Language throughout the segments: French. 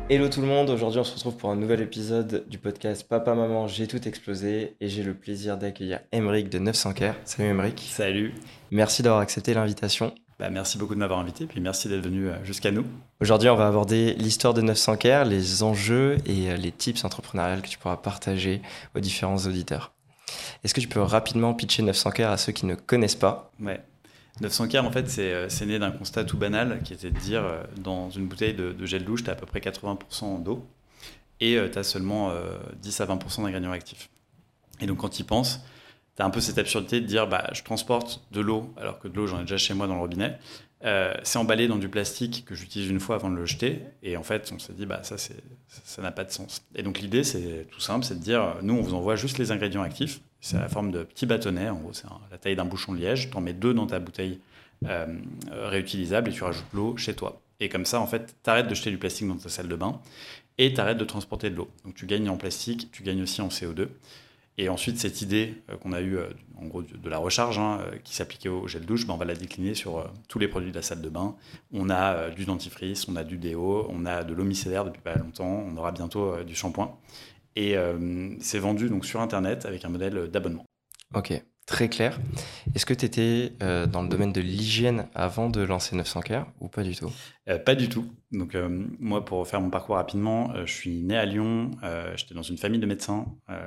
Hello tout le monde, aujourd'hui on se retrouve pour un nouvel épisode du podcast Papa Maman J'ai tout explosé et j'ai le plaisir d'accueillir Emeric de 900 Care. Salut Emeric, Salut. merci d'avoir accepté l'invitation. Merci beaucoup de m'avoir invité, puis merci d'être venu jusqu'à nous. Aujourd'hui on va aborder l'histoire de 900 Care, les enjeux et les tips entrepreneuriales que tu pourras partager aux différents auditeurs. Est-ce que tu peux rapidement pitcher 900 Care à ceux qui ne connaissent pas? Ouais. 900 Care, en fait, c'est né d'un constat tout banal qui était de dire dans une bouteille de gel douche, tu as à peu près 80% d'eau et tu as seulement 10 à 20% d'ingrédients actifs. Et donc, quand tu y penses, tu as un peu cette absurdité de dire je transporte de l'eau, alors que de l'eau, j'en ai déjà chez moi dans le robinet. C'est emballé dans du plastique que j'utilise une fois avant de le jeter. Et en fait, on s'est dit, ça n'a pas de sens. Et donc, l'idée, c'est tout simple, c'est de dire, nous, on vous envoie juste les ingrédients actifs. C'est la forme de petits bâtonnets. En gros, c'est la taille d'un bouchon de liège. Tu en mets 2 dans ta bouteille réutilisable et tu rajoutes l'eau chez toi. Et comme ça, en fait, tu arrêtes de jeter du plastique dans ta salle de bain et tu arrêtes de transporter de l'eau. Donc, tu gagnes en plastique, tu gagnes aussi en CO2. Et ensuite, cette idée qu'on a eue, en gros, de la recharge, qui s'appliquait au gel douche, on va la décliner sur tous les produits de la salle de bain. On a du dentifrice, on a du déo, on a de l'eau micellaire depuis pas longtemps, on aura bientôt du shampoing. Et c'est vendu donc sur Internet avec un modèle d'abonnement. Ok, très clair. Est-ce que tu étais dans le domaine de l'hygiène avant de lancer 900 Care ou pas du tout? Pas du tout. Donc moi, pour faire mon parcours rapidement, je suis né à Lyon, j'étais dans une famille de médecins.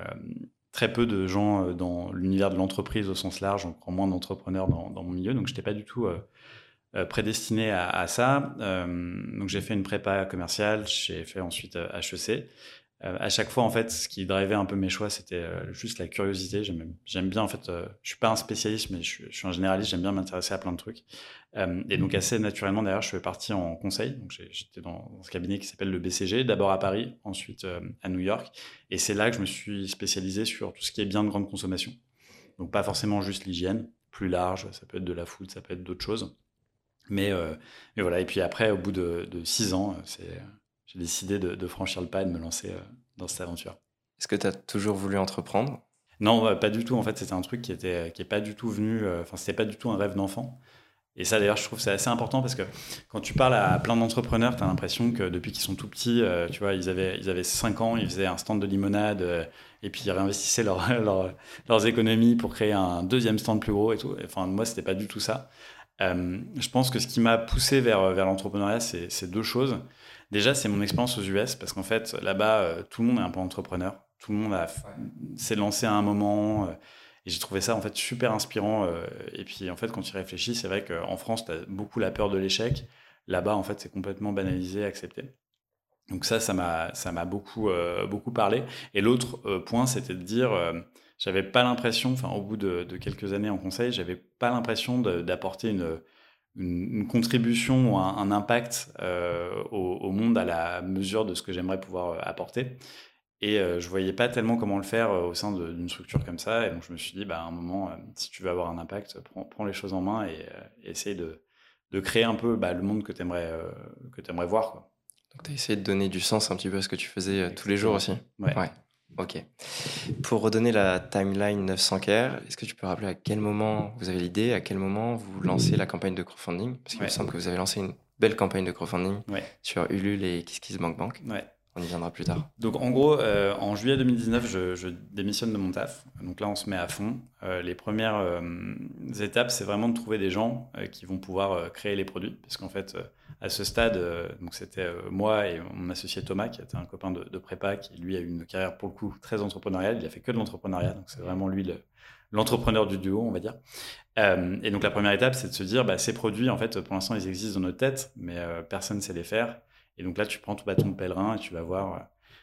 Très peu de gens dans l'univers de l'entreprise au sens large, encore moins d'entrepreneurs dans mon milieu, donc je n'étais pas du tout prédestiné à ça. Donc j'ai fait une prépa commerciale, j'ai fait ensuite HEC. À chaque fois, en fait, ce qui drivait un peu mes choix, c'était juste la curiosité. J'aime bien, en fait, je suis pas un spécialiste, mais je suis un généraliste, j'aime bien m'intéresser à plein de trucs. Et donc, assez naturellement, d'ailleurs, je suis parti en conseil. Donc, j'étais dans ce cabinet qui s'appelle le BCG, d'abord à Paris, ensuite à New York. Et c'est là que je me suis spécialisé sur tout ce qui est bien de grande consommation. Donc, pas forcément juste l'hygiène, plus large, ça peut être de la food, ça peut être d'autres choses. Mais voilà, et puis après, au bout de 6 ans, j'ai décidé de franchir le pas et de me lancer dans cette aventure. Est-ce que tu as toujours voulu entreprendre? Non, pas du tout. En fait, c'était un truc qui est pas du tout venu. Enfin, c'était pas du tout un rêve d'enfant. Et ça, d'ailleurs, je trouve que c'est assez important parce que quand tu parles à plein d'entrepreneurs, tu as l'impression que depuis qu'ils sont tout petits, tu vois, ils avaient 5 ans, ils faisaient un stand de limonade et puis ils réinvestissaient leurs économies pour créer un deuxième stand plus gros et tout. Enfin, moi, c'était pas du tout ça. Je pense que ce qui m'a poussé vers l'entrepreneuriat, c'est deux choses. Déjà, c'est mon expérience aux US, parce qu'en fait, là-bas, tout le monde est un peu entrepreneur. Tout le monde s'est lancé à un moment. Et j'ai trouvé ça, en fait, super inspirant. Et puis, en fait, quand tu y réfléchis, c'est vrai qu'en France, tu as beaucoup la peur de l'échec. Là-bas, en fait, c'est complètement banalisé, accepté. Donc ça m'a beaucoup parlé. Et l'autre point, c'était de dire, j'avais pas l'impression, enfin au bout de quelques années en conseil, j'avais pas l'impression d'apporter une contribution ou un impact au monde à la mesure de ce que j'aimerais pouvoir apporter. Et je voyais pas tellement comment le faire au sein d'une structure comme ça. Et donc je me suis dit, à un moment, si tu veux avoir un impact, prends les choses en main et essaye de créer un peu le monde que t'aimerais voir, quoi. Donc, tu as essayé de donner du sens un petit peu à ce que tu faisais tous les jours Exactement. aussi? Ouais. Ouais, ok. Pour redonner la timeline 900 Care, est-ce que tu peux rappeler à quel moment vous avez l'idée, à quel moment vous lancez la campagne de crowdfunding? Parce qu'il me Ouais. semble que vous avez lancé une belle campagne de crowdfunding Ouais. sur Ulule et KissKissBankBank. Ouais. On y viendra plus tard. Donc en gros, en juillet 2019, je démissionne de mon taf. Donc là, on se met à fond. Les premières étapes, c'est vraiment de trouver des gens qui vont pouvoir créer les produits. Parce qu'en fait, à ce stade, donc c'était moi et mon associé Thomas, qui était un copain de prépa, qui lui a eu une carrière pour le coup très entrepreneuriale. Il a fait que de l'entrepreneuriat, donc c'est vraiment lui l'entrepreneur du duo, on va dire. Et donc la première étape, c'est de se dire, ces produits, en fait, pour l'instant, ils existent dans notre tête, mais personne ne sait les faire. Et donc là, tu prends ton bâton de pèlerin et tu vas voir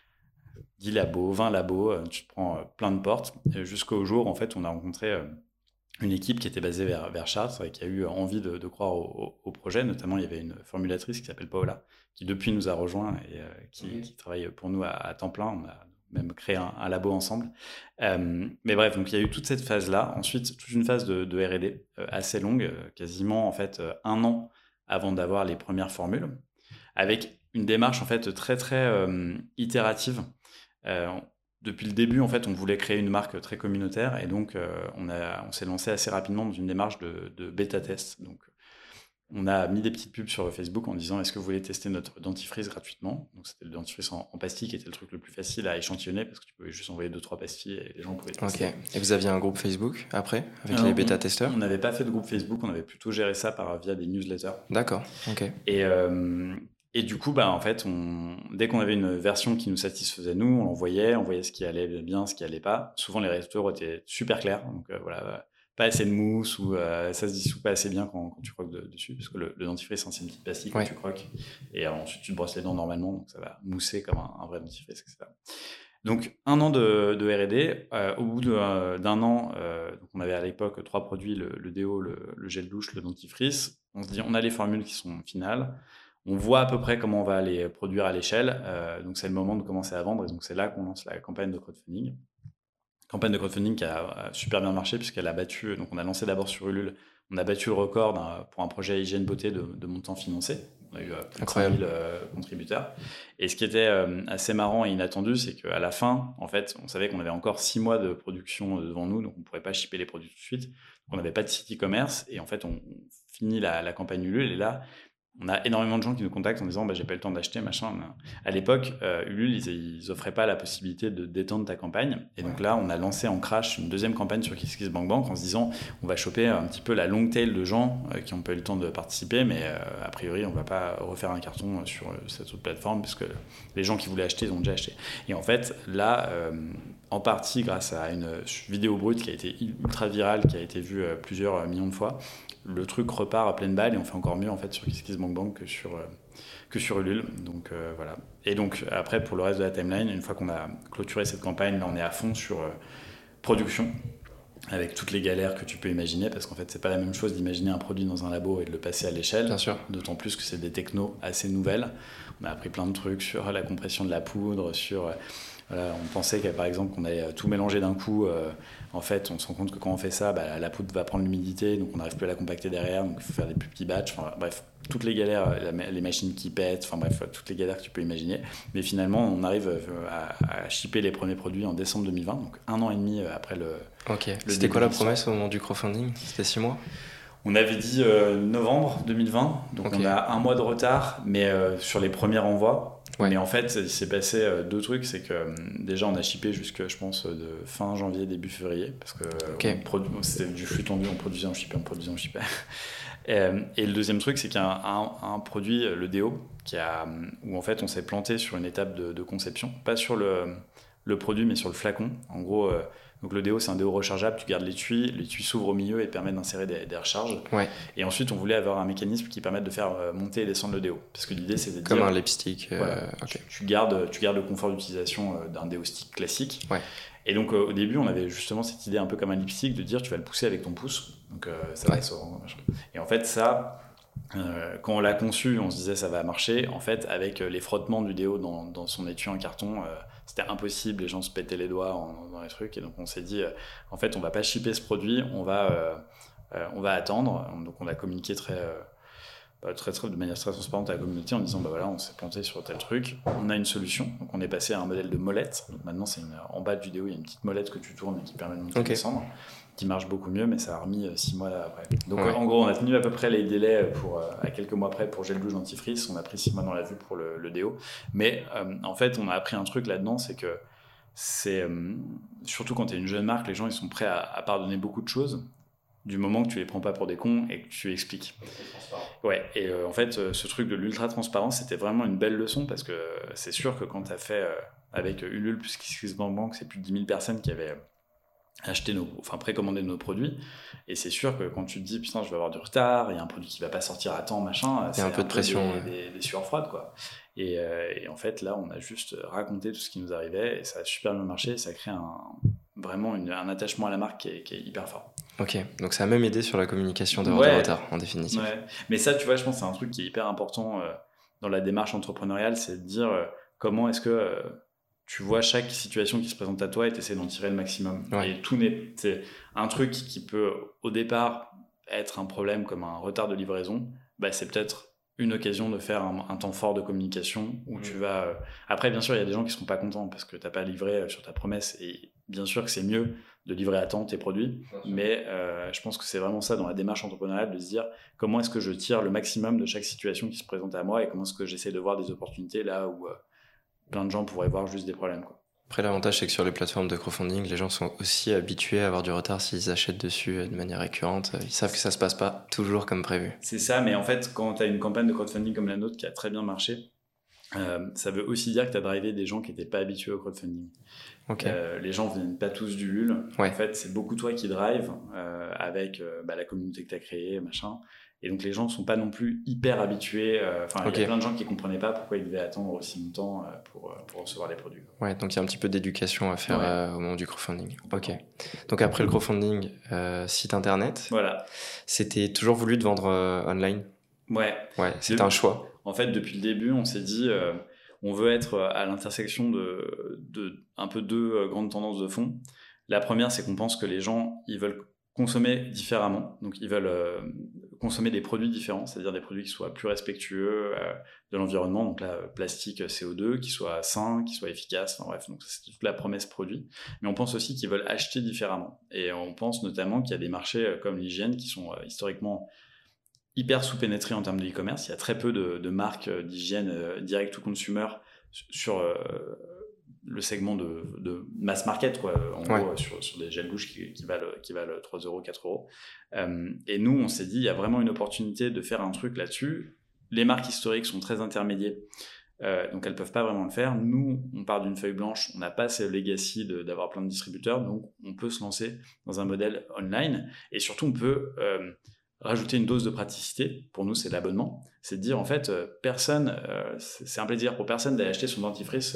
10 labos, 20 labos, tu te prends plein de portes, jusqu'au jour, en fait, on a rencontré une équipe qui était basée vers Chartres et qui a eu envie de croire au projet. Notamment, il y avait une formulatrice qui s'appelle Paola, qui depuis nous a rejoint et qui travaille pour nous à temps plein. On a même créé un labo ensemble. Mais bref, donc il y a eu toute cette phase-là. Ensuite, toute une phase de R&D assez longue, quasiment en fait 1 an avant d'avoir les premières formules, avec une démarche en fait très très itérative. Euh, Depuis le début, en fait, on voulait créer une marque très communautaire et donc on s'est lancé assez rapidement dans une démarche de bêta test. Donc on a mis des petites pubs sur Facebook en disant est-ce que vous voulez tester notre dentifrice gratuitement. Donc c'était le dentifrice en pastille qui était le truc le plus facile à échantillonner parce que tu pouvais juste envoyer 2-3 pastilles et les gens pouvaient tester. Ok. Et vous aviez un groupe Facebook après avec les bêta-testeurs? On n'avait pas fait de groupe Facebook, on avait plutôt géré ça via des newsletters. D'accord, ok. Et du coup, en fait, dès qu'on avait une version qui nous satisfaisait, nous, on l'envoyait, on voyait ce qui allait bien, ce qui allait pas. Souvent, les retours étaient super clairs. Donc voilà, pas assez de mousse ou ça se dissout pas assez bien quand tu croques dessus, parce que le dentifrice, c'est une petite pastille que tu croques. Et ensuite, tu te brosses les dents normalement, donc ça va mousser comme un vrai dentifrice, etc. Donc, 1 an de R&D. Au bout d'un an, donc on avait à l'époque 3 produits, le déo, le gel douche, le dentifrice. On se dit, on a les formules qui sont finales. On voit à peu près comment on va les produire à l'échelle. Donc, c'est le moment de commencer à vendre. Et donc, c'est là qu'on lance la campagne de crowdfunding. Campagne de crowdfunding qui a super bien marché puisqu'elle a battu... Donc, on a lancé d'abord sur Ulule. On a battu le record pour un projet hygiène beauté de montant financé. On a eu plus de 5 000 contributeurs. Et ce qui était assez marrant et inattendu, c'est qu'à la fin, en fait, on savait qu'on avait encore 6 mois de production devant nous, donc on ne pourrait pas shipper les produits tout de suite. Donc on n'avait pas de site e-commerce. Et en fait, on finit la campagne Ulule. Et là, on a énormément de gens qui nous contactent en disant j'ai pas eu le temps d'acheter, machin. À l'époque, Ulule, ils offraient pas la possibilité de détendre ta campagne. Et donc là, on a lancé en crash une deuxième campagne sur KissKissBankBank en se disant on va choper un petit peu la long tail de gens qui n'ont pas eu le temps de participer, mais a priori, on va pas refaire un carton sur cette autre plateforme parce que les gens qui voulaient acheter, ils ont déjà acheté. Et en fait, là, en partie grâce à une vidéo brute qui a été ultra virale, qui a été vue plusieurs millions de fois, le truc repart à pleine balle et on fait encore mieux en fait sur KissKissBankBank que sur Ulule. Donc voilà. Et donc après pour le reste de la timeline, une fois qu'on a clôturé cette campagne, là on est à fond sur production avec toutes les galères que tu peux imaginer parce qu'en fait c'est pas la même chose d'imaginer un produit dans un labo et de le passer à l'échelle. Bien sûr. D'autant plus que c'est des technos assez nouvelles. On a appris plein de trucs sur la compression de la poudre, sur voilà, on pensait par exemple qu'on allait tout mélanger d'un coup. En fait, on se rend compte que quand on fait ça, la poudre va prendre l'humidité, donc on n'arrive plus à la compacter derrière, donc il faut faire des plus petits batchs. Enfin, bref, toutes les galères, les machines qui pètent, enfin bref, toutes les galères que tu peux imaginer. Mais finalement, on arrive à shipper les premiers produits en décembre 2020, donc 1 an et demi après le. Ok. C'était quoi la promesse au moment du crowdfunding? C'était 6 mois? On avait dit novembre 2020, donc on a 1 mois de retard, mais sur les premiers envois. Ouais. Mais en fait, il s'est passé 2 trucs, c'est que déjà on a shippé jusque, je pense, de fin janvier, début février, parce que c'était du flux tendu, on produisait, on shippait. Et le deuxième truc, c'est qu'il y a un produit, le déo, où en fait on s'est planté sur une étape de conception, pas sur le produit, mais sur le flacon. En gros, donc le déo, c'est un déo rechargeable, tu gardes l'étui s'ouvre au milieu et permet d'insérer des recharges. Ouais. Et ensuite, on voulait avoir un mécanisme qui permette de faire monter et descendre le déo. Parce que l'idée, c'est de comme un lipstick. Voilà, okay. tu gardes le confort d'utilisation d'un déo stick classique. Ouais. Et donc, au début, on avait justement cette idée un peu comme un lipstick de dire tu vas le pousser avec ton pouce. Donc, ça va s'ouvrir. Et en fait, ça... quand on l'a conçu, on se disait ça va marcher. En fait, avec les frottements du déo dans son étui en carton, c'était impossible. Les gens se pétaient les doigts dans les trucs. Et donc, on s'est dit, en fait, on va pas shipper ce produit. On va attendre. Donc, on a communiqué de manière très transparente à la communauté en disant voilà, on s'est planté sur tel truc. On a une solution. Donc, on est passé à un modèle de molette. Donc, maintenant, en bas du déo, il y a une petite molette que tu tournes et qui permet de monter et descendre, qui marche beaucoup mieux, mais ça a remis 6 mois après. Donc en gros, on a tenu à peu près les délais à quelques mois près pour gel douche dentifrice. On a pris 6 mois dans la vue pour le déo. Mais en fait, on a appris un truc là-dedans, c'est que surtout quand tu es une jeune marque, les gens ils sont prêts à pardonner beaucoup de choses du moment que tu les prends pas pour des cons et que tu expliques. Ouais, et en fait, ce truc de l'ultra-transparence, c'était vraiment une belle leçon parce que c'est sûr que quand tu as fait avec Ulule plus KissKissBankBank, c'est plus de 10 000 personnes qui avaient précommander nos produits, et c'est sûr que quand tu te dis putain je vais avoir du retard, il y a un produit qui va pas sortir à temps, machin, c'est un peu de pression, des sueurs froides quoi. Et en fait là on a juste raconté tout ce qui nous arrivait et ça a super bien marché, ça crée vraiment un attachement à la marque qui est hyper fort. Ok, donc ça a même aidé sur la communication de retard en définitive. Ouais. Mais ça tu vois, je pense que c'est un truc qui est hyper important dans la démarche entrepreneuriale, c'est de dire comment est-ce que tu vois chaque situation qui se présente à toi et tu essaies d'en tirer le maximum. Ouais. Et c'est un truc qui peut, au départ, être un problème comme un retard de livraison. C'est peut-être une occasion de faire un temps fort de communication où tu vas... Après, bien sûr, il y a des gens qui ne seront pas contents parce que tu n'as pas livré sur ta promesse et bien sûr que c'est mieux de livrer à temps tes produits, mais je pense que c'est vraiment ça dans la démarche entrepreneuriale, de se dire comment est-ce que je tire le maximum de chaque situation qui se présente à moi et comment est-ce que j'essaie de voir des opportunités là où plein de gens pourraient voir juste des problèmes, quoi. Après, l'avantage, c'est que sur les plateformes de crowdfunding, les gens sont aussi habitués à avoir du retard s'ils achètent dessus de manière récurrente. Ils savent que ça se passe pas toujours comme prévu. C'est ça, mais en fait, quand tu as une campagne de crowdfunding comme la nôtre qui a très bien marché, ça veut aussi dire que tu as drivé des gens qui n'étaient pas habitués au crowdfunding. Okay. Les gens ne viennent pas tous du Ulule. Ouais. En fait, c'est beaucoup toi qui drive avec la communauté que tu as créée, machin. Et donc, les gens ne sont pas non plus hyper habitués. Il y a plein de gens qui ne comprenaient pas pourquoi ils devaient attendre aussi longtemps pour recevoir les produits. Ouais, donc il y a un petit peu d'éducation à faire au moment du crowdfunding. Ok. Donc, après le crowdfunding, site internet. Voilà. C'était toujours voulu de vendre online? Ouais. C'était un choix. En fait, depuis le début, on s'est dit, on veut être à l'intersection de un peu deux grandes tendances de fond. La première, c'est qu'on pense que les gens, ils veulent consommer différemment. Donc, ils veulent consommer des produits différents, c'est-à-dire des produits qui soient plus respectueux de l'environnement. Donc là, plastique, CO2, qui soient sains, qui soient efficaces. Enfin, bref, donc c'est toute la promesse produit. Mais on pense aussi qu'ils veulent acheter différemment. Et on pense notamment qu'il y a des marchés comme l'hygiène qui sont historiquement hyper sous-pénétré en termes de e-commerce. Il y a très peu de marques d'hygiène direct to consumer sur le segment de mass market, quoi. En gros, sur des gels douche qui valent 3 euros, 4 euros. Et nous, on s'est dit, il y a vraiment une opportunité de faire un truc là-dessus. Les marques historiques sont très intermédiaires, donc elles peuvent pas vraiment le faire. Nous, on part d'une feuille blanche, on n'a pas ce legacy d'avoir plein de distributeurs, donc on peut se lancer dans un modèle online. Et surtout, on peut rajouter une dose de praticité. Pour nous, c'est l'abonnement. C'est de dire, en fait, c'est un plaisir pour personne d'aller acheter son dentifrice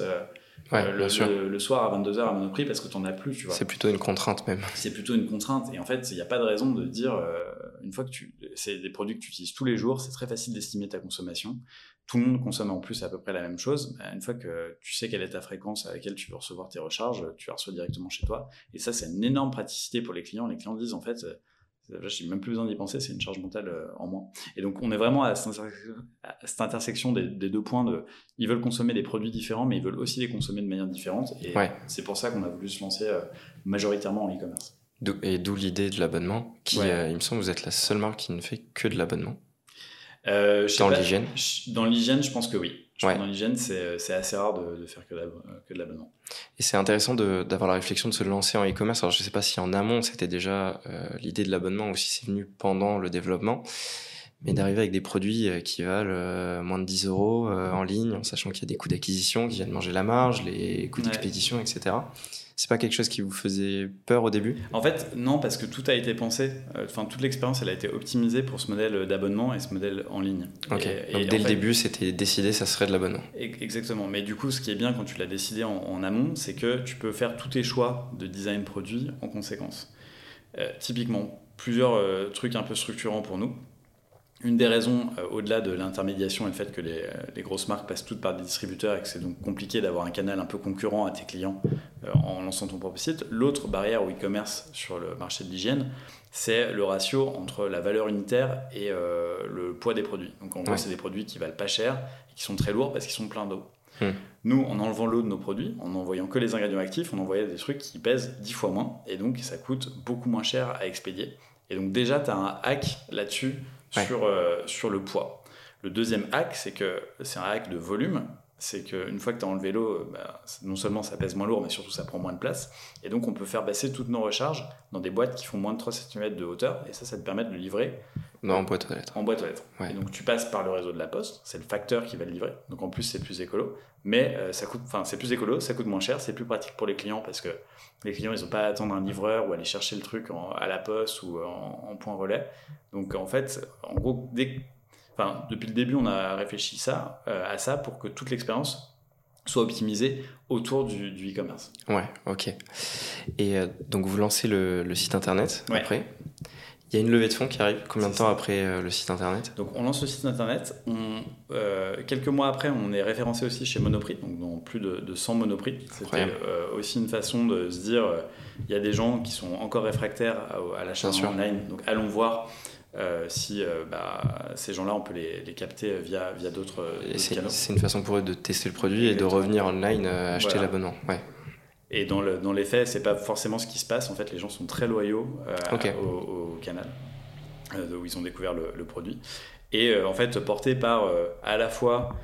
le soir à 22h à Monoprix parce que tu n'en as plus, tu vois. C'est plutôt une contrainte même. C'est plutôt une contrainte. Et en fait, il n'y a pas de raison de dire, une fois que c'est des produits que tu utilises tous les jours, c'est très facile d'estimer ta consommation. Tout le monde consomme en plus à peu près la même chose. Une fois que tu sais quelle est ta fréquence à laquelle tu veux recevoir tes recharges, tu les reçois directement chez toi. Et ça, c'est une énorme praticité pour les clients. Les clients disent, en fait, j'ai même plus besoin d'y penser, c'est une charge mentale en moins. Et donc, on est vraiment à cette intersection des deux points de, ils veulent consommer des produits différents, mais ils veulent aussi les consommer de manière différente. Et c'est pour ça qu'on a voulu se lancer majoritairement en e-commerce. Et d'où l'idée de l'abonnement, qui, il me semble, vous êtes la seule marque qui ne fait que de l'abonnement. Dans l'hygiène. Dans l'hygiène, je pense que oui. Dans l'hygiène, c'est assez rare de faire que de l'abonnement. Et c'est intéressant d'avoir la réflexion de se lancer en e-commerce. Alors, je ne sais pas si en amont, c'était déjà l'idée de l'abonnement ou si c'est venu pendant le développement, mais d'arriver avec des produits qui valent moins de 10 euros en ligne, en sachant qu'il y a des coûts d'acquisition qui viennent manger la marge, les coûts d'expédition, etc. C'est pas quelque chose qui vous faisait peur au début? En fait, non, parce que tout a été pensé. Toute l'expérience, elle a été optimisée pour ce modèle d'abonnement et ce modèle en ligne. Ok. Donc dès le début, c'était décidé, ça serait de l'abonnement. Exactement. Mais du coup, ce qui est bien quand tu l'as décidé en amont, c'est que tu peux faire tous tes choix de design produit en conséquence. Typiquement, plusieurs trucs un peu structurants pour nous. Une des raisons, au-delà de l'intermédiation et le fait que les grosses marques passent toutes par des distributeurs et que c'est donc compliqué d'avoir un canal un peu concurrent à tes clients en lançant ton propre site, l'autre barrière au e-commerce sur le marché de l'hygiène, c'est le ratio entre la valeur unitaire et le poids des produits. Donc en gros, c'est des produits qui valent pas cher et qui sont très lourds parce qu'ils sont pleins d'eau. Nous, en enlevant l'eau de nos produits, en n'envoyant que les ingrédients actifs, on envoyait des trucs qui pèsent 10 fois moins et donc ça coûte beaucoup moins cher à expédier. Et donc déjà, tu as un hack là-dessus sur le poids. Le deuxième hack, c'est que c'est un hack de volume. C'est qu'une fois que tu as enlevé l'eau, non seulement ça pèse moins lourd, mais surtout ça prend moins de place. Et donc on peut faire passer toutes nos recharges dans des boîtes qui font moins de 3 cm de hauteur. Et ça te permet de le livrer en boîte aux lettres. En boîte aux lettres. Ouais. Et donc tu passes par le réseau de la Poste, c'est le facteur qui va le livrer. Donc en plus c'est plus écolo. Mais c'est plus écolo, ça coûte moins cher, c'est plus pratique pour les clients parce que les clients ils n'ont pas à attendre un livreur ou aller chercher le truc à la Poste ou en point relais. Donc en fait, en gros, depuis le début, on a réfléchi à ça pour que toute l'expérience soit optimisée autour du e-commerce. Ouais, ok. Et donc, vous lancez le site internet après. Il y a une levée de fonds qui arrive. Combien de temps après le site internet? Donc, on lance le site internet. Quelques mois après, on est référencé aussi chez Monoprix, donc dans plus de 100 Monoprix. C'était aussi une façon de se dire il y a des gens qui sont encore réfractaires à l'achat online, donc allons voir. Si ces gens-là, on peut les capter via d'autres canaux. C'est une façon pour eux de tester le produit et de revenir online acheter l'abonnement. Ouais. Et dans les faits, c'est pas forcément ce qui se passe. En fait, les gens sont très loyaux au canal où ils ont découvert le produit. Et en fait, porté par à la fois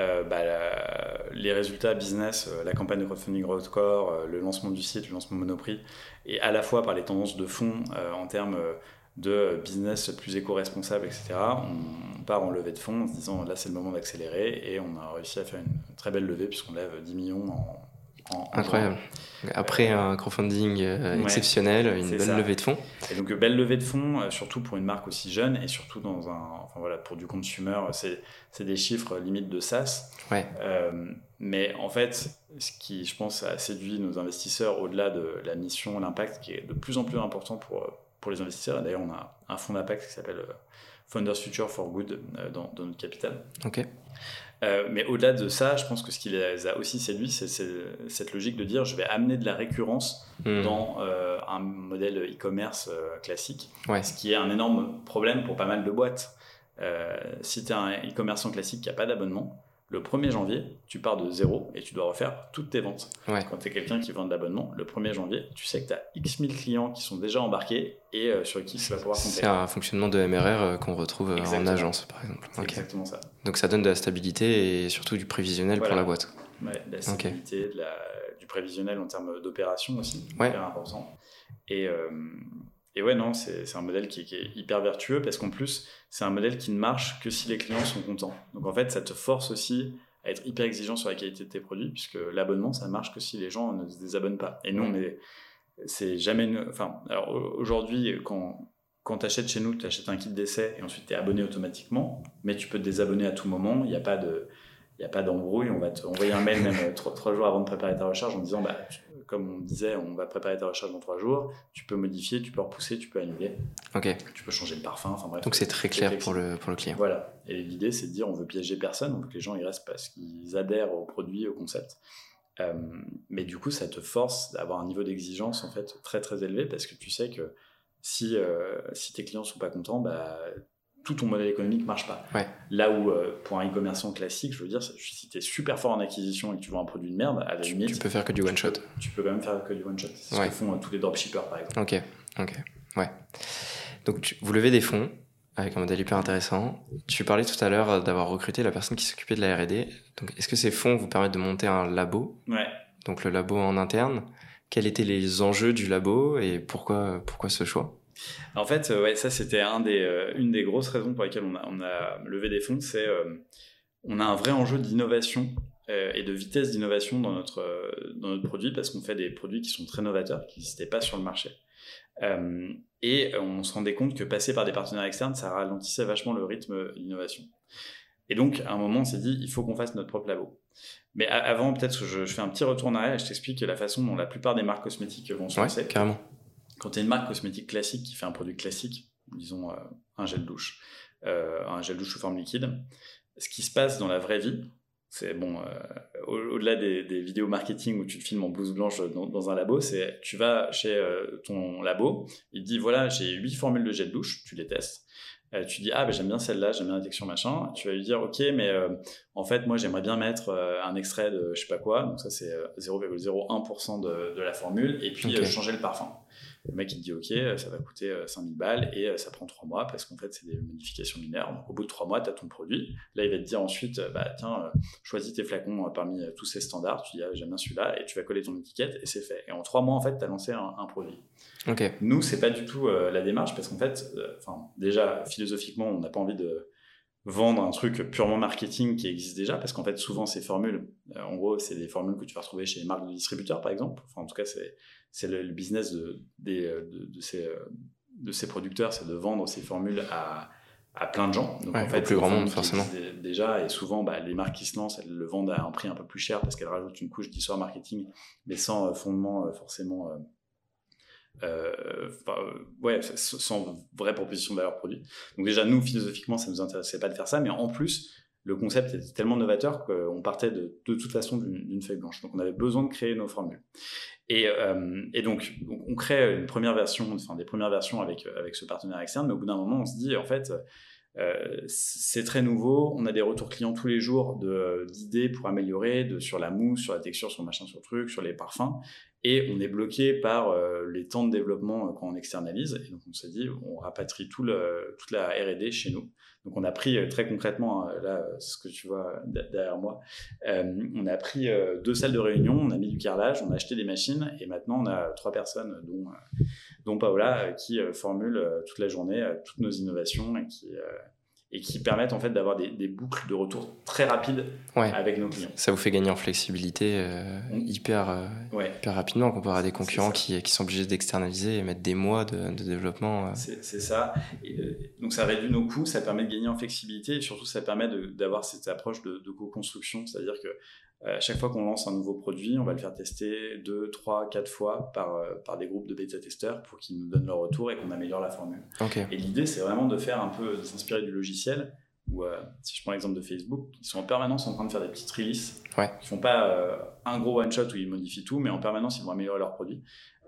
les résultats business, la campagne de crowdfunding Roadcore, le lancement du site, le lancement Monoprix, et à la fois par les tendances de fond en termes de business plus éco-responsable, etc. On part en levée de fonds en se disant là c'est le moment d'accélérer, et on a réussi à faire une très belle levée puisqu'on lève 10 millions en Incroyable. Après un crowdfunding exceptionnel, une belle levée de fonds. Et donc belle levée de fonds, surtout pour une marque aussi jeune, et surtout pour du consumer, c'est des chiffres limite de SaaS. Ouais. Mais en fait, ce qui, je pense, a séduit nos investisseurs au-delà de la mission, l'impact qui est de plus en plus important pour les investisseurs. Et d'ailleurs, on a un fonds d'impact qui s'appelle Founders Future for Good dans notre capital. Ok. Mais au-delà de ça, je pense que ce qui les a aussi séduits, c'est cette logique de dire je vais amener de la récurrence dans un modèle e-commerce classique, ce qui est un énorme problème pour pas mal de boîtes. Si tu es un e-commerçant classique qui n'a pas d'abonnement, le 1er janvier, tu pars de zéro et tu dois refaire toutes tes ventes. Ouais. Quand tu es quelqu'un qui vend de l'abonnement, le 1er janvier, tu sais que tu as X 1000 clients qui sont déjà embarqués et sur qui tu vas pouvoir compter. C'est un fonctionnement de MRR qu'on retrouve en agence, par exemple. C'est exactement ça. Donc ça donne de la stabilité et surtout du prévisionnel pour la boîte. Ouais, de la stabilité, du prévisionnel en termes d'opération aussi, hyper important. Et ouais, non, c'est un modèle qui est hyper vertueux parce qu'en plus, c'est un modèle qui ne marche que si les clients sont contents. Donc en fait, ça te force aussi à être hyper exigeant sur la qualité de tes produits puisque l'abonnement, ça ne marche que si les gens ne se désabonnent pas. Et nous, c'est jamais... alors aujourd'hui, quand tu achètes chez nous, tu achètes un kit d'essai et ensuite tu es abonné automatiquement, mais tu peux te désabonner à tout moment, il n'y a pas d'embrouille, on va te envoyer un mail même 3 jours avant de préparer ta recharge en disant comme on disait, on va préparer ta recharge dans 3 jours, tu peux modifier, tu peux repousser, tu peux annuler, tu peux changer le parfum, enfin bref. Donc c'est très clair pour le client. Voilà, et l'idée c'est de dire on veut piéger personne, on veut que les gens y restent parce qu'ils adhèrent au produit, au concept. Mais du coup ça te force d'avoir un niveau d'exigence en fait très très élevé parce que tu sais que si tes clients sont pas contents, tout ton modèle économique marche pas. Ouais. Là où pour un e-commerçant classique, je veux dire, si tu es super fort en acquisition et que tu vends un produit de merde, à la limite, tu peux faire que du one shot. Tu peux quand même faire que du one shot. C'est ce que font tous les dropshippers par exemple. Ok. Ouais. Donc vous levez des fonds avec un modèle hyper intéressant. Tu parlais tout à l'heure d'avoir recruté la personne qui s'occupait de la R&D. Donc est-ce que ces fonds vous permettent de monter un labo ? Ouais. Donc le labo en interne. Quels étaient les enjeux du labo et pourquoi ce choix ? En fait, ça c'était une des grosses raisons pour lesquelles on a levé des fonds, c'est on a un vrai enjeu d'innovation et de vitesse d'innovation dans notre produit parce qu'on fait des produits qui sont très novateurs, qui n'existaient pas sur le marché. Et on se rendait compte que passer par des partenaires externes, ça ralentissait vachement le rythme d'innovation. Et donc, à un moment, on s'est dit, il faut qu'on fasse notre propre labo. Mais avant, peut-être que je fais un petit retour en arrière et je t'explique la façon dont la plupart des marques cosmétiques vont se lancer. Ouais, carrément. Quand tu es une marque cosmétique classique qui fait un produit classique, disons un gel douche sous forme liquide, ce qui se passe dans la vraie vie, c'est au-delà des vidéos marketing où tu te filmes en blouse blanche dans un labo, c'est tu vas chez ton labo, il te dit voilà, j'ai 8 formules de gel douche, tu les testes. Tu dis j'aime bien celle-là, j'aime bien la texture machin. Tu vas lui dire ok, mais en fait moi j'aimerais bien mettre un extrait de je sais pas quoi, donc ça c'est 0,01% de la formule, et puis changer le parfum. Le mec il te dit ok, ça va coûter 5000 balles et ça prend 3 mois parce qu'en fait c'est des modifications mineures. Donc au bout de 3 mois tu as ton produit. Là il va te dire ensuite choisis tes flacons parmi tous ces standards. Tu dis j'aime bien celui-là et tu vas coller ton étiquette et c'est fait. Et en 3 mois en fait tu as lancé un produit. Okay. Nous c'est pas du tout la démarche parce qu'en fait déjà philosophiquement on n'a pas envie de vendre un truc purement marketing qui existe déjà parce qu'en fait souvent ces formules en gros c'est des formules que tu vas retrouver chez les marques de distributeurs par exemple, en tout cas c'est le business de ces producteurs, c'est de vendre ces formules à plein de gens. Donc en fait, au plus grand monde forcément déjà, et souvent les marques qui se lancent elles le vendent à un prix un peu plus cher parce qu'elles rajoutent une couche d'histoire marketing mais sans fondement forcément sans vraie proposition de valeur produit. Donc déjà nous philosophiquement ça nous intéressait pas de faire ça, mais en plus le concept était tellement novateur qu'on partait de toute façon d'une feuille blanche, donc on avait besoin de créer nos formules et donc on crée des premières versions avec ce partenaire externe, mais au bout d'un moment on se dit en fait c'est très nouveau, on a des retours clients tous les jours d'idées pour améliorer, sur la mousse, sur la texture, sur le machin, sur le truc, sur les parfums, Et on est bloqué par les temps de développement quand on externalise. Et donc, on s'est dit, on rapatrie toute la R&D chez nous. Donc, on a pris très concrètement, là, ce que tu vois derrière moi, on a pris 2 salles de réunion, on a mis du carrelage, on a acheté des machines, et maintenant, on a 3 personnes, dont Paola, qui formule toute la journée toutes nos innovations et qui permettent en fait d'avoir des boucles de retour très rapides avec nos clients. Ça vous fait gagner en flexibilité hyper rapidement comparé à des concurrents qui sont obligés d'externaliser et mettre des mois de développement. C'est ça. Donc ça réduit nos coûts, ça permet de gagner en flexibilité et surtout ça permet d'avoir cette approche de co-construction, c'est-à-dire que à chaque fois qu'on lance un nouveau produit, on va le faire tester 2, 3, 4 fois par des groupes de bêta-testeurs pour qu'ils nous donnent leur retour et qu'on améliore la formule. Et l'idée, c'est vraiment de s'inspirer du logiciel. Où, si je prends l'exemple de Facebook, ils sont en permanence en train de faire des petites releases. Ils ne font pas un gros one-shot où ils modifient tout, mais en permanence, ils vont améliorer leurs produits.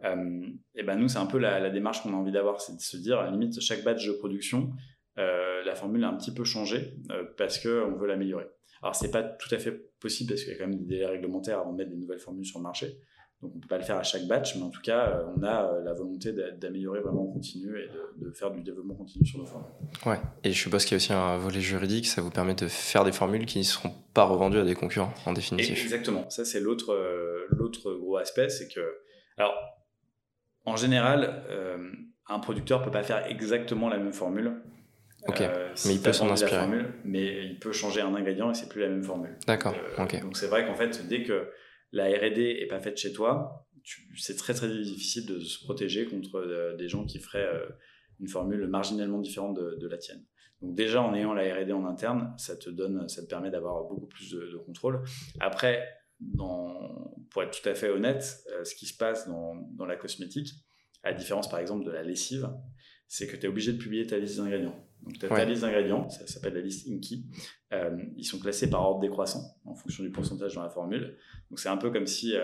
Et ben nous, c'est un peu la démarche qu'on a envie d'avoir, c'est de se dire, à la limite, chaque batch de production, la formule a un petit peu changé parce qu'on veut l'améliorer. Alors, c'est pas tout à fait possible parce qu'il y a quand même des délais réglementaires avant de mettre des nouvelles formules sur le marché. Donc, on ne peut pas le faire à chaque batch, mais en tout cas, on a la volonté d'améliorer vraiment en continu et de faire du développement continu sur nos formules. Ouais, et je suppose qu'il y a aussi un volet juridique, ça vous permet de faire des formules qui ne seront pas revendues à des concurrents, en définitive. Exactement, ça c'est l'autre gros aspect, c'est que, alors, en général, un producteur ne peut pas faire exactement la même formule. Mais il peut s'en inspirer. Mais il peut changer un ingrédient et c'est plus la même formule. D'accord. Donc c'est vrai qu'en fait, dès que la R&D est pas faite chez toi, c'est très très difficile de se protéger contre des gens qui feraient une formule marginalement différente de la tienne. Donc déjà en ayant la R&D en interne, ça te permet d'avoir beaucoup plus de contrôle. Après, pour être tout à fait honnête, ce qui se passe dans la cosmétique, à la différence par exemple de la lessive, c'est que tu es obligé de publier ta liste d'ingrédients. Donc, tu as ta liste d'ingrédients, ça s'appelle la liste INCI. Ils sont classés par ordre décroissant en fonction du pourcentage dans la formule. Donc, c'est un peu comme si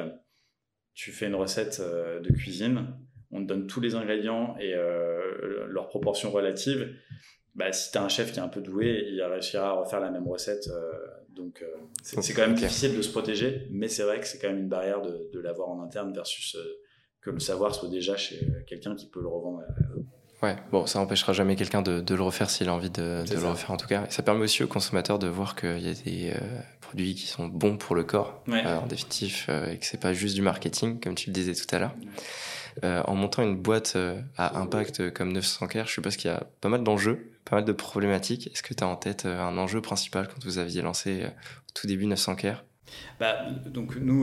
tu fais une recette de cuisine, on te donne tous les ingrédients et leurs proportions relatives. Si tu as un chef qui est un peu doué, il réussira à refaire la même recette. Donc, c'est quand même difficile de se protéger, mais c'est vrai que c'est quand même une barrière de l'avoir en interne versus que le savoir soit déjà chez quelqu'un qui peut le revendre. Ouais, bon, ça n'empêchera jamais quelqu'un de le refaire s'il a envie de le refaire en tout cas. Et ça permet aussi aux consommateurs de voir qu'il y a des produits qui sont bons pour le corps, en définitif, et que c'est pas juste du marketing, comme tu le disais tout à l'heure. En montant une boîte à impact comme 900Care, je suppose qu'il y a pas mal d'enjeux, pas mal de problématiques. Est-ce que tu as en tête un enjeu principal quand vous aviez lancé au tout début 900Care ? Donc nous,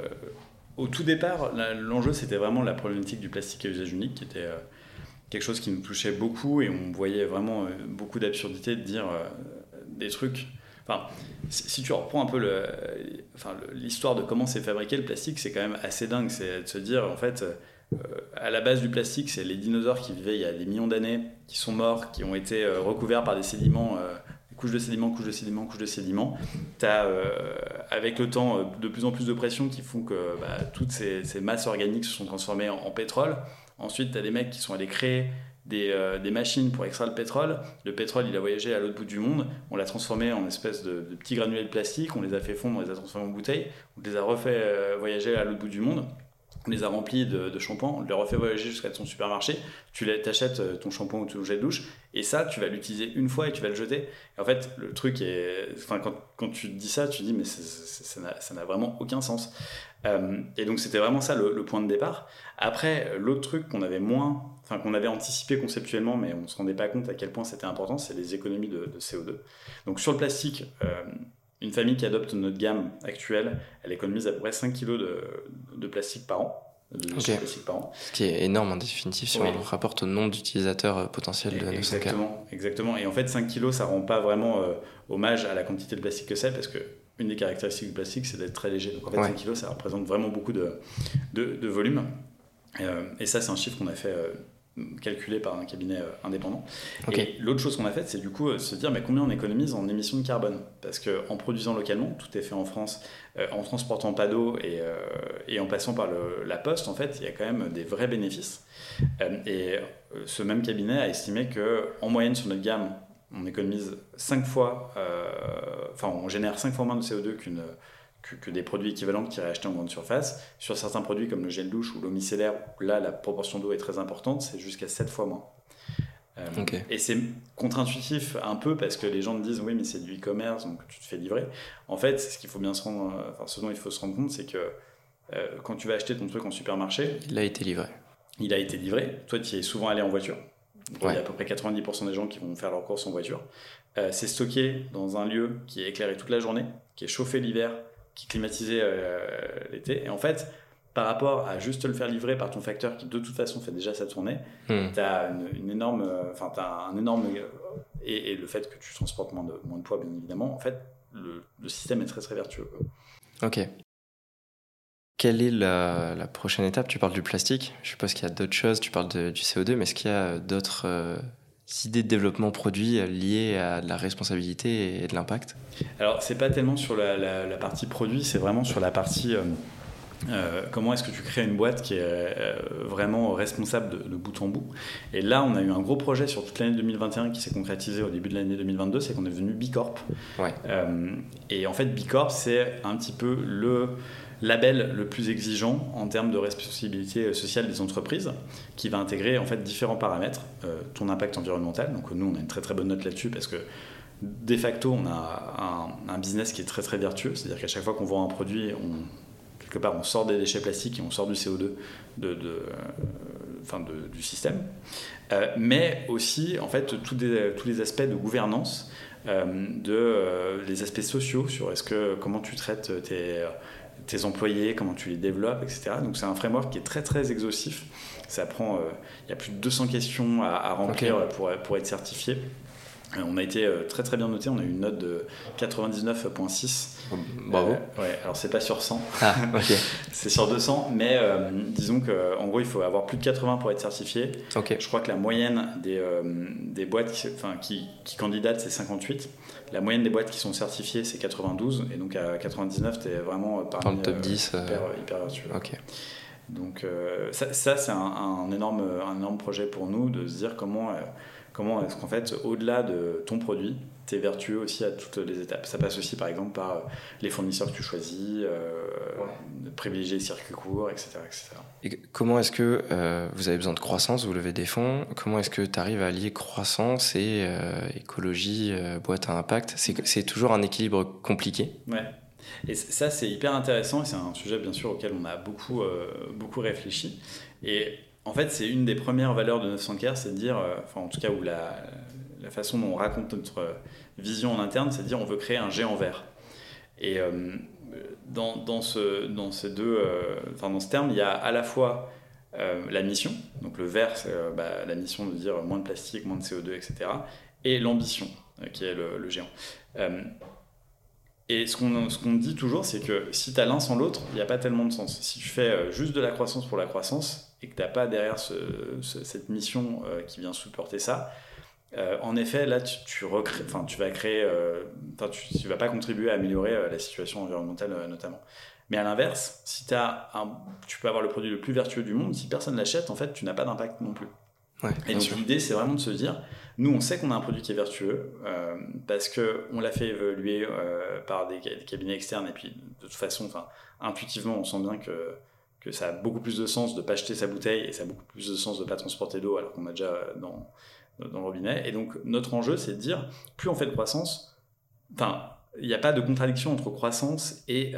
au tout départ, l'enjeu c'était vraiment la problématique du plastique à usage unique qui était... quelque chose qui nous touchait beaucoup et on voyait vraiment beaucoup d'absurdité de dire des trucs. Enfin, si tu reprends un peu l'histoire de comment c'est fabriqué le plastique, c'est quand même assez dingue. C'est de se dire, en fait, à la base du plastique, c'est les dinosaures qui vivaient il y a des millions d'années, qui sont morts, qui ont été recouverts par des sédiments, couche de sédiments, couche de sédiments, couche de sédiments. Tu as, avec le temps, de plus en plus de pression qui font que toutes ces masses organiques se sont transformées en pétrole. Ensuite, tu as des mecs qui sont allés créer des machines pour extraire le pétrole. Le pétrole, il a voyagé à l'autre bout du monde. On l'a transformé en espèce de petits granulés de plastique. On les a fait fondre, on les a transformés en bouteilles. On les a refait voyager à l'autre bout du monde. On les a remplis de shampoing. On les refait voyager jusqu'à ton supermarché. Tu t'achètes ton shampoing ou ton gel de douche. Et ça, tu vas l'utiliser une fois et tu vas le jeter. Et en fait, le truc est... Quand tu te dis ça, tu te dis, mais ça n'a vraiment aucun sens. Et donc c'était vraiment ça le point de départ. Après, l'autre truc qu'on avait anticipé conceptuellement, mais on ne se rendait pas compte à quel point c'était important, c'est les économies de CO2. Donc sur le plastique, une famille qui adopte notre gamme actuelle, elle économise à peu près 5 kg de plastique par an. Plastique par an. Ce qui est énorme en définitive si on rapporte au nombre d'utilisateurs potentiels de 900Care. Exactement. Et en fait 5 kg ça rend pas vraiment hommage à la quantité de plastique que c'est, parce que une des caractéristiques du plastique, c'est d'être très léger. Donc en fait, 5 kg, ça représente vraiment beaucoup de volume. Et ça, c'est un chiffre qu'on a fait calculé par un cabinet indépendant. Et l'autre chose qu'on a faite, c'est du coup se dire mais combien on économise en émissions de carbone. Parce qu'en produisant localement, tout est fait en France, en transportant pas d'eau et en passant par la poste, en fait, il y a quand même des vrais bénéfices. Et ce même cabinet a estimé qu'en moyenne sur notre gamme, on économise 5 fois, on génère 5 fois moins de CO2 que des produits équivalents que tu irais acheter en grande surface. Sur certains produits comme le gel douche ou l'eau micellaire, où là la proportion d'eau est très importante, c'est jusqu'à 7 fois moins. Okay. Et c'est contre-intuitif un peu parce que les gens te disent oui mais c'est du e-commerce donc tu te fais livrer. En fait ce qu'il faut bien se rendre, ce dont il faut se rendre compte c'est que quand tu vas acheter ton truc en supermarché, il a été livré. Toi tu y es souvent allé en voiture. Il y a à peu près 90% des gens qui vont faire leurs courses en voiture. C'est stocké dans un lieu qui est éclairé toute la journée, qui est chauffé l'hiver, qui est climatisé l'été. Et en fait, par rapport à juste te le faire livrer par ton facteur qui de toute façon fait déjà sa tournée, t'as un énorme... Et le fait que tu transportes moins de poids, bien évidemment, en fait, le système est très très vertueux. Ok. Quelle est la prochaine étape? Tu parles du plastique, je suppose qu'il y a d'autres choses, tu parles du CO2, mais est-ce qu'il y a d'autres idées de développement produit liées à de la responsabilité et de l'impact? Alors, c'est pas tellement sur la partie produit, c'est vraiment sur la partie comment est-ce que tu crées une boîte qui est vraiment responsable de bout en bout. Et là, on a eu un gros projet sur toute l'année 2021 qui s'est concrétisé au début de l'année 2022, c'est qu'on est devenu B Corp. Ouais. Et en fait, B Corp, c'est un petit peu le label le plus exigeant en termes de responsabilité sociale des entreprises, qui va intégrer en fait différents paramètres, ton impact environnemental. Donc nous, on a une très très bonne note là-dessus parce que de facto, on a un business qui est très très vertueux, c'est-à-dire qu'à chaque fois qu'on vend un produit, quelque part, on sort des déchets plastiques et on sort du CO2 du système. Mais aussi, en fait, tous les aspects de gouvernance, les aspects sociaux sur comment tu traites tes employés, comment tu les développes, etc. Donc c'est un framework qui est très très exhaustif. Ça prend, il y a plus de 200 questions à remplir pour être certifié. On a été très très bien noté, on a eu une note de 99,6. Bravo. Ouais, alors c'est pas sur 100, ok. c'est sur 200, mais disons qu'en gros il faut avoir plus de 80 pour être certifié. Okay. Je crois que la moyenne des boîtes qui candidatent c'est 58. La moyenne des boîtes qui sont certifiées c'est 92, et donc à 99 t'es vraiment parmi le top 10 hyper vertueux. Ok. Donc ça c'est un énorme projet pour nous de se dire comment est-ce qu'en fait, au-delà de ton produit, tu es vertueux aussi à toutes les étapes. Ça passe aussi, par exemple, par les fournisseurs que tu choisis, de privilégier les circuits courts, etc. Et comment est-ce que vous avez besoin de croissance, vous levez des fonds, comment est-ce que tu arrives à allier croissance et écologie, boîte à impact? C'est toujours un équilibre compliqué. Ouais. Et ça, c'est hyper intéressant et c'est un sujet, bien sûr, auquel on a beaucoup réfléchi. Et en fait, c'est une des premières valeurs de 900 Care, c'est de dire, en tout cas, où la façon dont on raconte notre vision en interne, c'est de dire on veut créer un géant vert. Et dans ce terme, il y a à la fois la mission, donc le vert, c'est la mission de dire moins de plastique, moins de CO2, etc. Et l'ambition, qui est le géant. Et ce qu'on dit toujours, c'est que si tu as l'un sans l'autre, il n'y a pas tellement de sens. Si tu fais juste de la croissance pour la croissance et que tu n'as pas derrière cette mission qui vient supporter ça, en effet, là, tu vas pas contribuer à améliorer la situation environnementale notamment. Mais à l'inverse, si tu peux avoir le produit le plus vertueux du monde, si personne l'achète, en fait, tu n'as pas d'impact non plus. Ouais, et donc l'idée, c'est vraiment de se dire, nous, on sait qu'on a un produit qui est vertueux parce qu'on l'a fait évaluer par des cabinets externes, et puis de toute façon, intuitivement, on sent bien que ça a beaucoup plus de sens de ne pas jeter sa bouteille, et ça a beaucoup plus de sens de ne pas transporter d'eau alors qu'on a déjà dans le robinet. Et donc notre enjeu, c'est de dire, plus on fait de croissance, il n'y a pas de contradiction entre croissance et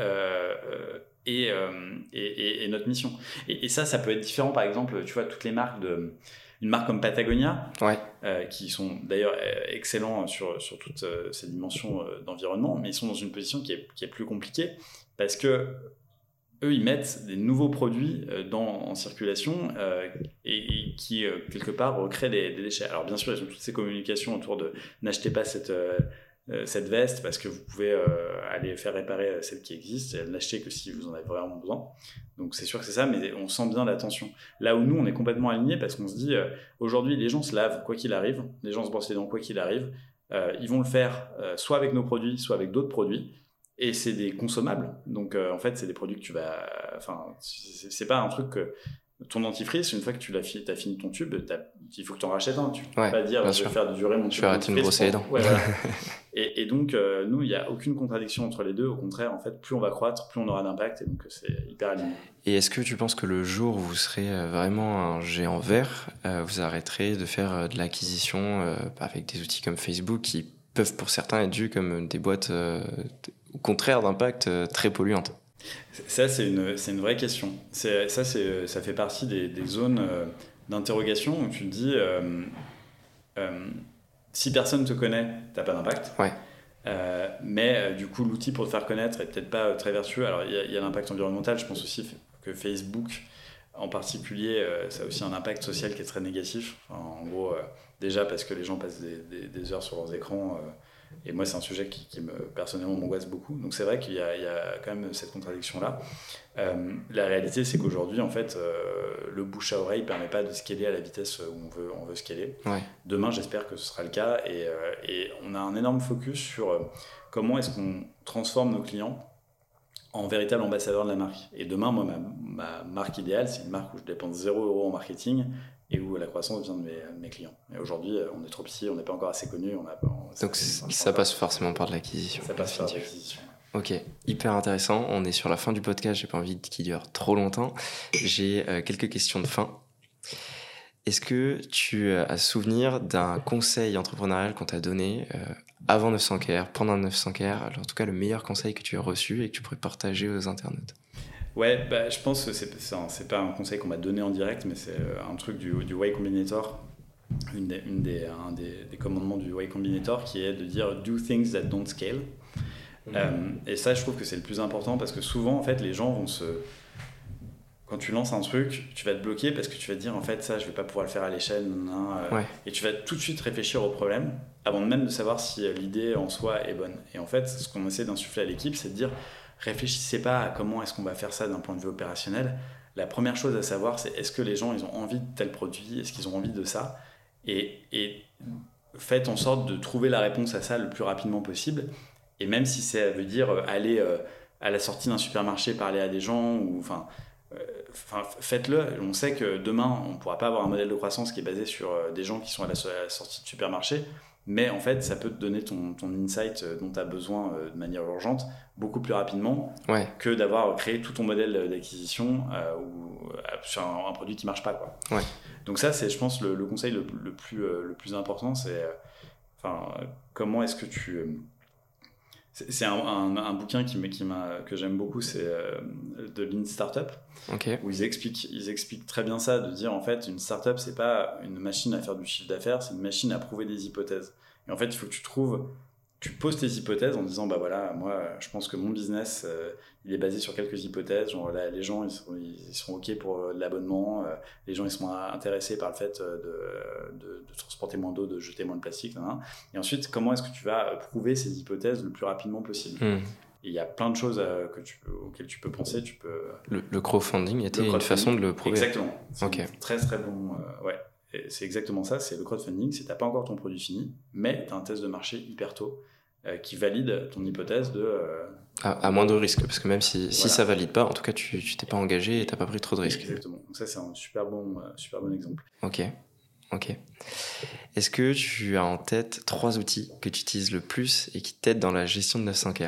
notre mission. Et ça peut être différent. Par exemple, tu vois, toutes les marques une marque comme Patagonia, qui sont d'ailleurs excellents sur toutes ces dimensions d'environnement, mais ils sont dans une position qui est plus compliquée parce que eux, ils mettent des nouveaux produits en circulation et qui, quelque part, recréent des déchets. Alors, bien sûr, ils ont toutes ces communications autour de « n'achetez pas cette veste parce que vous pouvez aller faire réparer celle qui existe et l'acheter que si vous en avez vraiment besoin ». Donc, c'est sûr que c'est ça, mais on sent bien l'attention. Là où nous, on est complètement alignés parce qu'on se dit aujourd'hui, les gens se lavent quoi qu'il arrive, les gens se brossent les dents quoi qu'il arrive. Ils vont le faire soit avec nos produits, soit avec d'autres produits. Et c'est des consommables, donc en fait c'est des produits que tu vas, c'est pas un truc que ton dentifrice, une fois que tu as fini ton tube, il faut que tu en rachètes un. Tu peux Ouais, pas dire bien je vais sûr. faire durer mon tube. Je vais arrêter de me brosser les dents. Ouais, voilà. Et donc, nous, il n'y a aucune contradiction entre les deux. Au contraire, en fait, plus on va croître, plus on aura d'impact. Et donc, c'est hyper aligné. Et est-ce que tu penses que le jour où vous serez vraiment un géant vert, vous arrêterez de faire de l'acquisition avec des outils comme Facebook qui peuvent pour certains être vus comme des boîtes au contraire d'impact très polluantes? Ça, c'est une vraie question. Ça fait partie des zones d'interrogation où tu te dis si personne ne te connaît, tu n'as pas d'impact. Ouais. Mais du coup, l'outil pour te faire connaître est peut-être pas très vertueux. Alors, il y a l'impact environnemental. Je pense aussi que Facebook, en particulier, ça a aussi un impact social qui est très négatif. Enfin, en gros, déjà parce que les gens passent des heures sur leurs écrans. Et moi, c'est un sujet qui personnellement m'angoisse beaucoup. Donc, c'est vrai qu'il y a quand même cette contradiction-là. La réalité, c'est qu'aujourd'hui, en fait, le bouche à oreille ne permet pas de scaler à la vitesse où on veut scaler. Ouais. Demain, j'espère que ce sera le cas. Et on a un énorme focus sur comment est-ce qu'on transforme nos clients en véritable ambassadeur de la marque. Et demain, moi, ma marque idéale, c'est une marque où je dépense 0 € en marketing et où la croissance vient de mes clients. Et aujourd'hui, on est trop petit, on n'est pas encore assez connu. Donc ça passe forcément par de l'acquisition. Ça passe par de l'acquisition. Ok, hyper intéressant. On est sur la fin du podcast, j'ai pas envie qu'il dure trop longtemps. J'ai quelques questions de fin. Est-ce que tu as souvenir d'un conseil entrepreneurial qu'on t'a donné avant 900Kr, pendant 900Kr, en tout cas le meilleur conseil que tu as reçu et que tu pourrais partager aux internautes? Ouais, je pense que c'est pas un conseil qu'on m'a donné en direct, mais c'est un truc du Y Combinator, un des commandements du Y Combinator, qui est de dire « do things that don't scale ». Et ça, je trouve que c'est le plus important, parce que souvent, en fait, les gens vont quand tu lances un truc, tu vas te bloquer parce que tu vas te dire, en fait, ça, je vais pas pouvoir le faire à l'échelle, ouais. Et tu vas tout de suite réfléchir au problème, avant même de savoir si l'idée en soi est bonne. Et en fait, ce qu'on essaie d'insuffler à l'équipe, c'est de dire, réfléchissez pas à comment est-ce qu'on va faire ça d'un point de vue opérationnel. La première chose à savoir, c'est est-ce que les gens, ils ont envie de tel produit, est-ce qu'ils ont envie de ça, et faites en sorte de trouver la réponse à ça le plus rapidement possible. Et même si ça veut dire aller à la sortie d'un supermarché, parler à des gens, ou faites-le. On sait que demain, on ne pourra pas avoir un modèle de croissance qui est basé sur des gens qui sont à la sortie de supermarché, mais en fait, ça peut te donner ton insight dont tu as besoin de manière urgente beaucoup plus rapidement que d'avoir créé tout ton modèle d'acquisition sur un produit qui ne marche pas, quoi. Ouais. Donc ça, c'est, je pense, le conseil le plus important, c'est comment est-ce que tu... C'est un bouquin que j'aime beaucoup, c'est de Lean Startup, où ils expliquent très bien ça, de dire en fait une startup, c'est pas une machine à faire du chiffre d'affaires, c'est une machine à prouver des hypothèses. Et en fait, il faut que tu poses tes hypothèses en disant bah voilà, moi je pense que mon business il est basé sur quelques hypothèses, genre là, les gens ils sont ok pour l'abonnement, les gens ils sont intéressés par le fait de transporter moins d'eau, de jeter moins de plastique, et ensuite comment est-ce que tu vas prouver ces hypothèses le plus rapidement possible. Et il y a plein de choses auxquelles tu peux penser. Le crowdfunding était une façon de le prouver. Exactement, c'est très très bon. Ouais. Et c'est exactement ça, c'est le crowdfunding, c'est t'as pas encore ton produit fini, mais t'as un test de marché hyper tôt qui valide ton hypothèse à moins de risques, parce que même si ça valide pas, en tout cas tu t'es pas engagé et t'as pas pris trop de risques. Exactement, donc ça c'est un super bon exemple. Ok. Est-ce que tu as en tête 3 outils que tu utilises le plus et qui t'aident dans la gestion de 900Kr?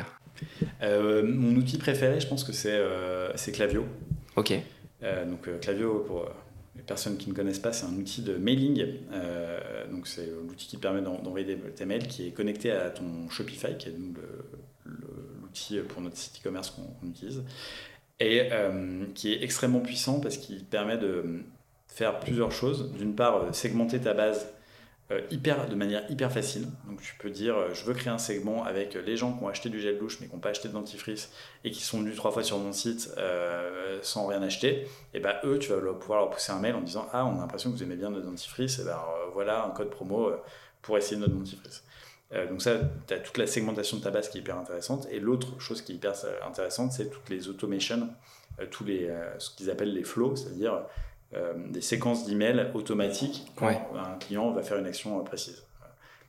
Mon outil préféré, je pense que c'est Klaviyo. Ok. Donc Klaviyo, pour les personnes qui ne connaissent pas, c'est un outil de mailing. Donc c'est l'outil qui permet d'envoyer tes mails, qui est connecté à ton Shopify, qui est l'outil pour notre site e-commerce qu'on utilise, et qui est extrêmement puissant parce qu'il permet de faire plusieurs choses. D'une part, segmenter ta base de manière hyper facile. Donc tu peux dire je veux créer un segment avec les gens qui ont acheté du gel douche mais qui n'ont pas acheté de dentifrice et qui sont venus 3 fois sur mon site sans rien acheter. Et eux, tu vas pouvoir leur pousser un mail en disant on a l'impression que vous aimez bien notre dentifrice, et voilà un code promo pour essayer notre dentifrice. Donc ça, tu as toute la segmentation de ta base qui est hyper intéressante. Et l'autre chose qui est hyper intéressante, c'est toutes les automations, ce qu'ils appellent les flows, c'est-à-dire des séquences d'emails automatiques quand un client va faire une action précise.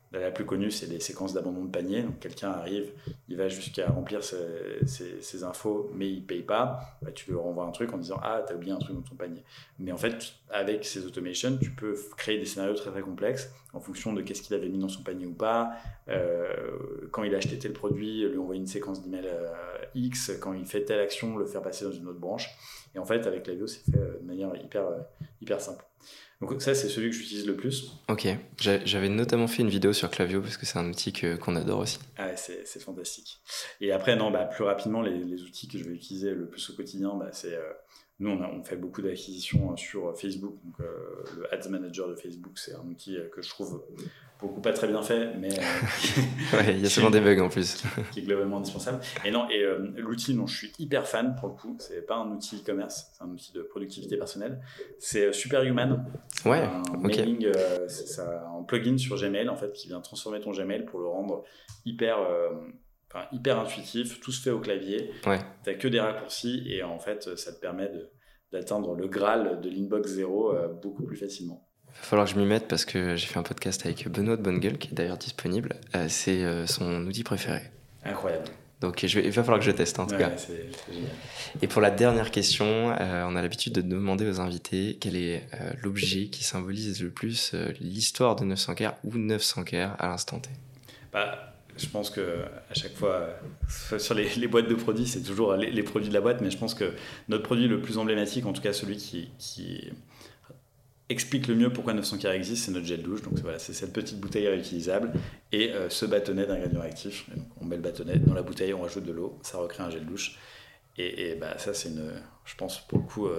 La plus connue, c'est les séquences d'abandon de panier. Donc, quelqu'un arrive, il va jusqu'à remplir ses infos, mais il ne paye pas. Bah, tu lui renvoies un truc en disant « Ah, tu as oublié un truc dans ton panier ». Mais en fait, avec ces automations, tu peux créer des scénarios très, très complexes en fonction de qu'est-ce qu'il avait mis dans son panier ou pas. Quand il a acheté tel produit, lui envoyer une séquence d'email X. Quand il fait telle action, le faire passer dans une autre branche. Et en fait, avec Klaviyo, c'est fait de manière hyper simple. Donc ça, c'est celui que j'utilise le plus. Ok, j'avais notamment fait une vidéo sur Klaviyo parce que c'est un outil qu'on adore aussi. Ah ouais, c'est fantastique. Et après, plus rapidement, les outils que je vais utiliser le plus au quotidien, c'est... nous, on fait beaucoup d'acquisitions sur Facebook. Donc, le Ads Manager de Facebook, c'est un outil que je trouve beaucoup pas très bien fait, mais ouais, il y a souvent des bugs en plus. qui est globalement indispensable. Et l'outil dont je suis hyper fan, pour le coup, c'est pas un outil e-commerce, c'est un outil de productivité personnelle. C'est Superhuman. Ouais, un mailing, c'est un plugin sur Gmail, en fait, qui vient transformer ton Gmail pour le rendre hyper intuitif. Tout se fait au clavier. Ouais. T'as que des raccourcis et en fait, ça te permet d'atteindre le Graal de l'inbox 0 beaucoup plus facilement. Il va falloir que je m'y mette parce que j'ai fait un podcast avec Benoît de Bonne Gueule qui est d'ailleurs disponible. C'est son outil préféré. Incroyable. Donc il va falloir que je teste en tout cas. C'est génial. Et pour la dernière question, on a l'habitude de demander aux invités quel est l'objet qui symbolise le plus l'histoire de 900Care ou 900Care à l'instant T. Je pense que à chaque fois, sur les boîtes de produits, c'est toujours les produits de la boîte, mais je pense que notre produit le plus emblématique, en tout cas celui qui explique le mieux pourquoi 900Care existe, c'est notre gel douche. Donc voilà, c'est cette petite bouteille réutilisable et ce bâtonnet d'ingrédients actifs. Et donc, on met le bâtonnet dans la bouteille, on rajoute de l'eau, ça recrée un gel douche. Et ça, c'est je pense pour le coup,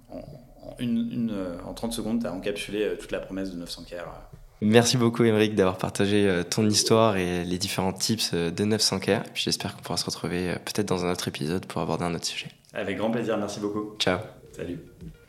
en 30 secondes, tu as encapsulé toute la promesse de 900Care. Merci beaucoup Émeric d'avoir partagé ton histoire et les différents tips de 900Care. Puis j'espère qu'on pourra se retrouver peut-être dans un autre épisode pour aborder un autre sujet. Avec grand plaisir, merci beaucoup. Ciao. Salut.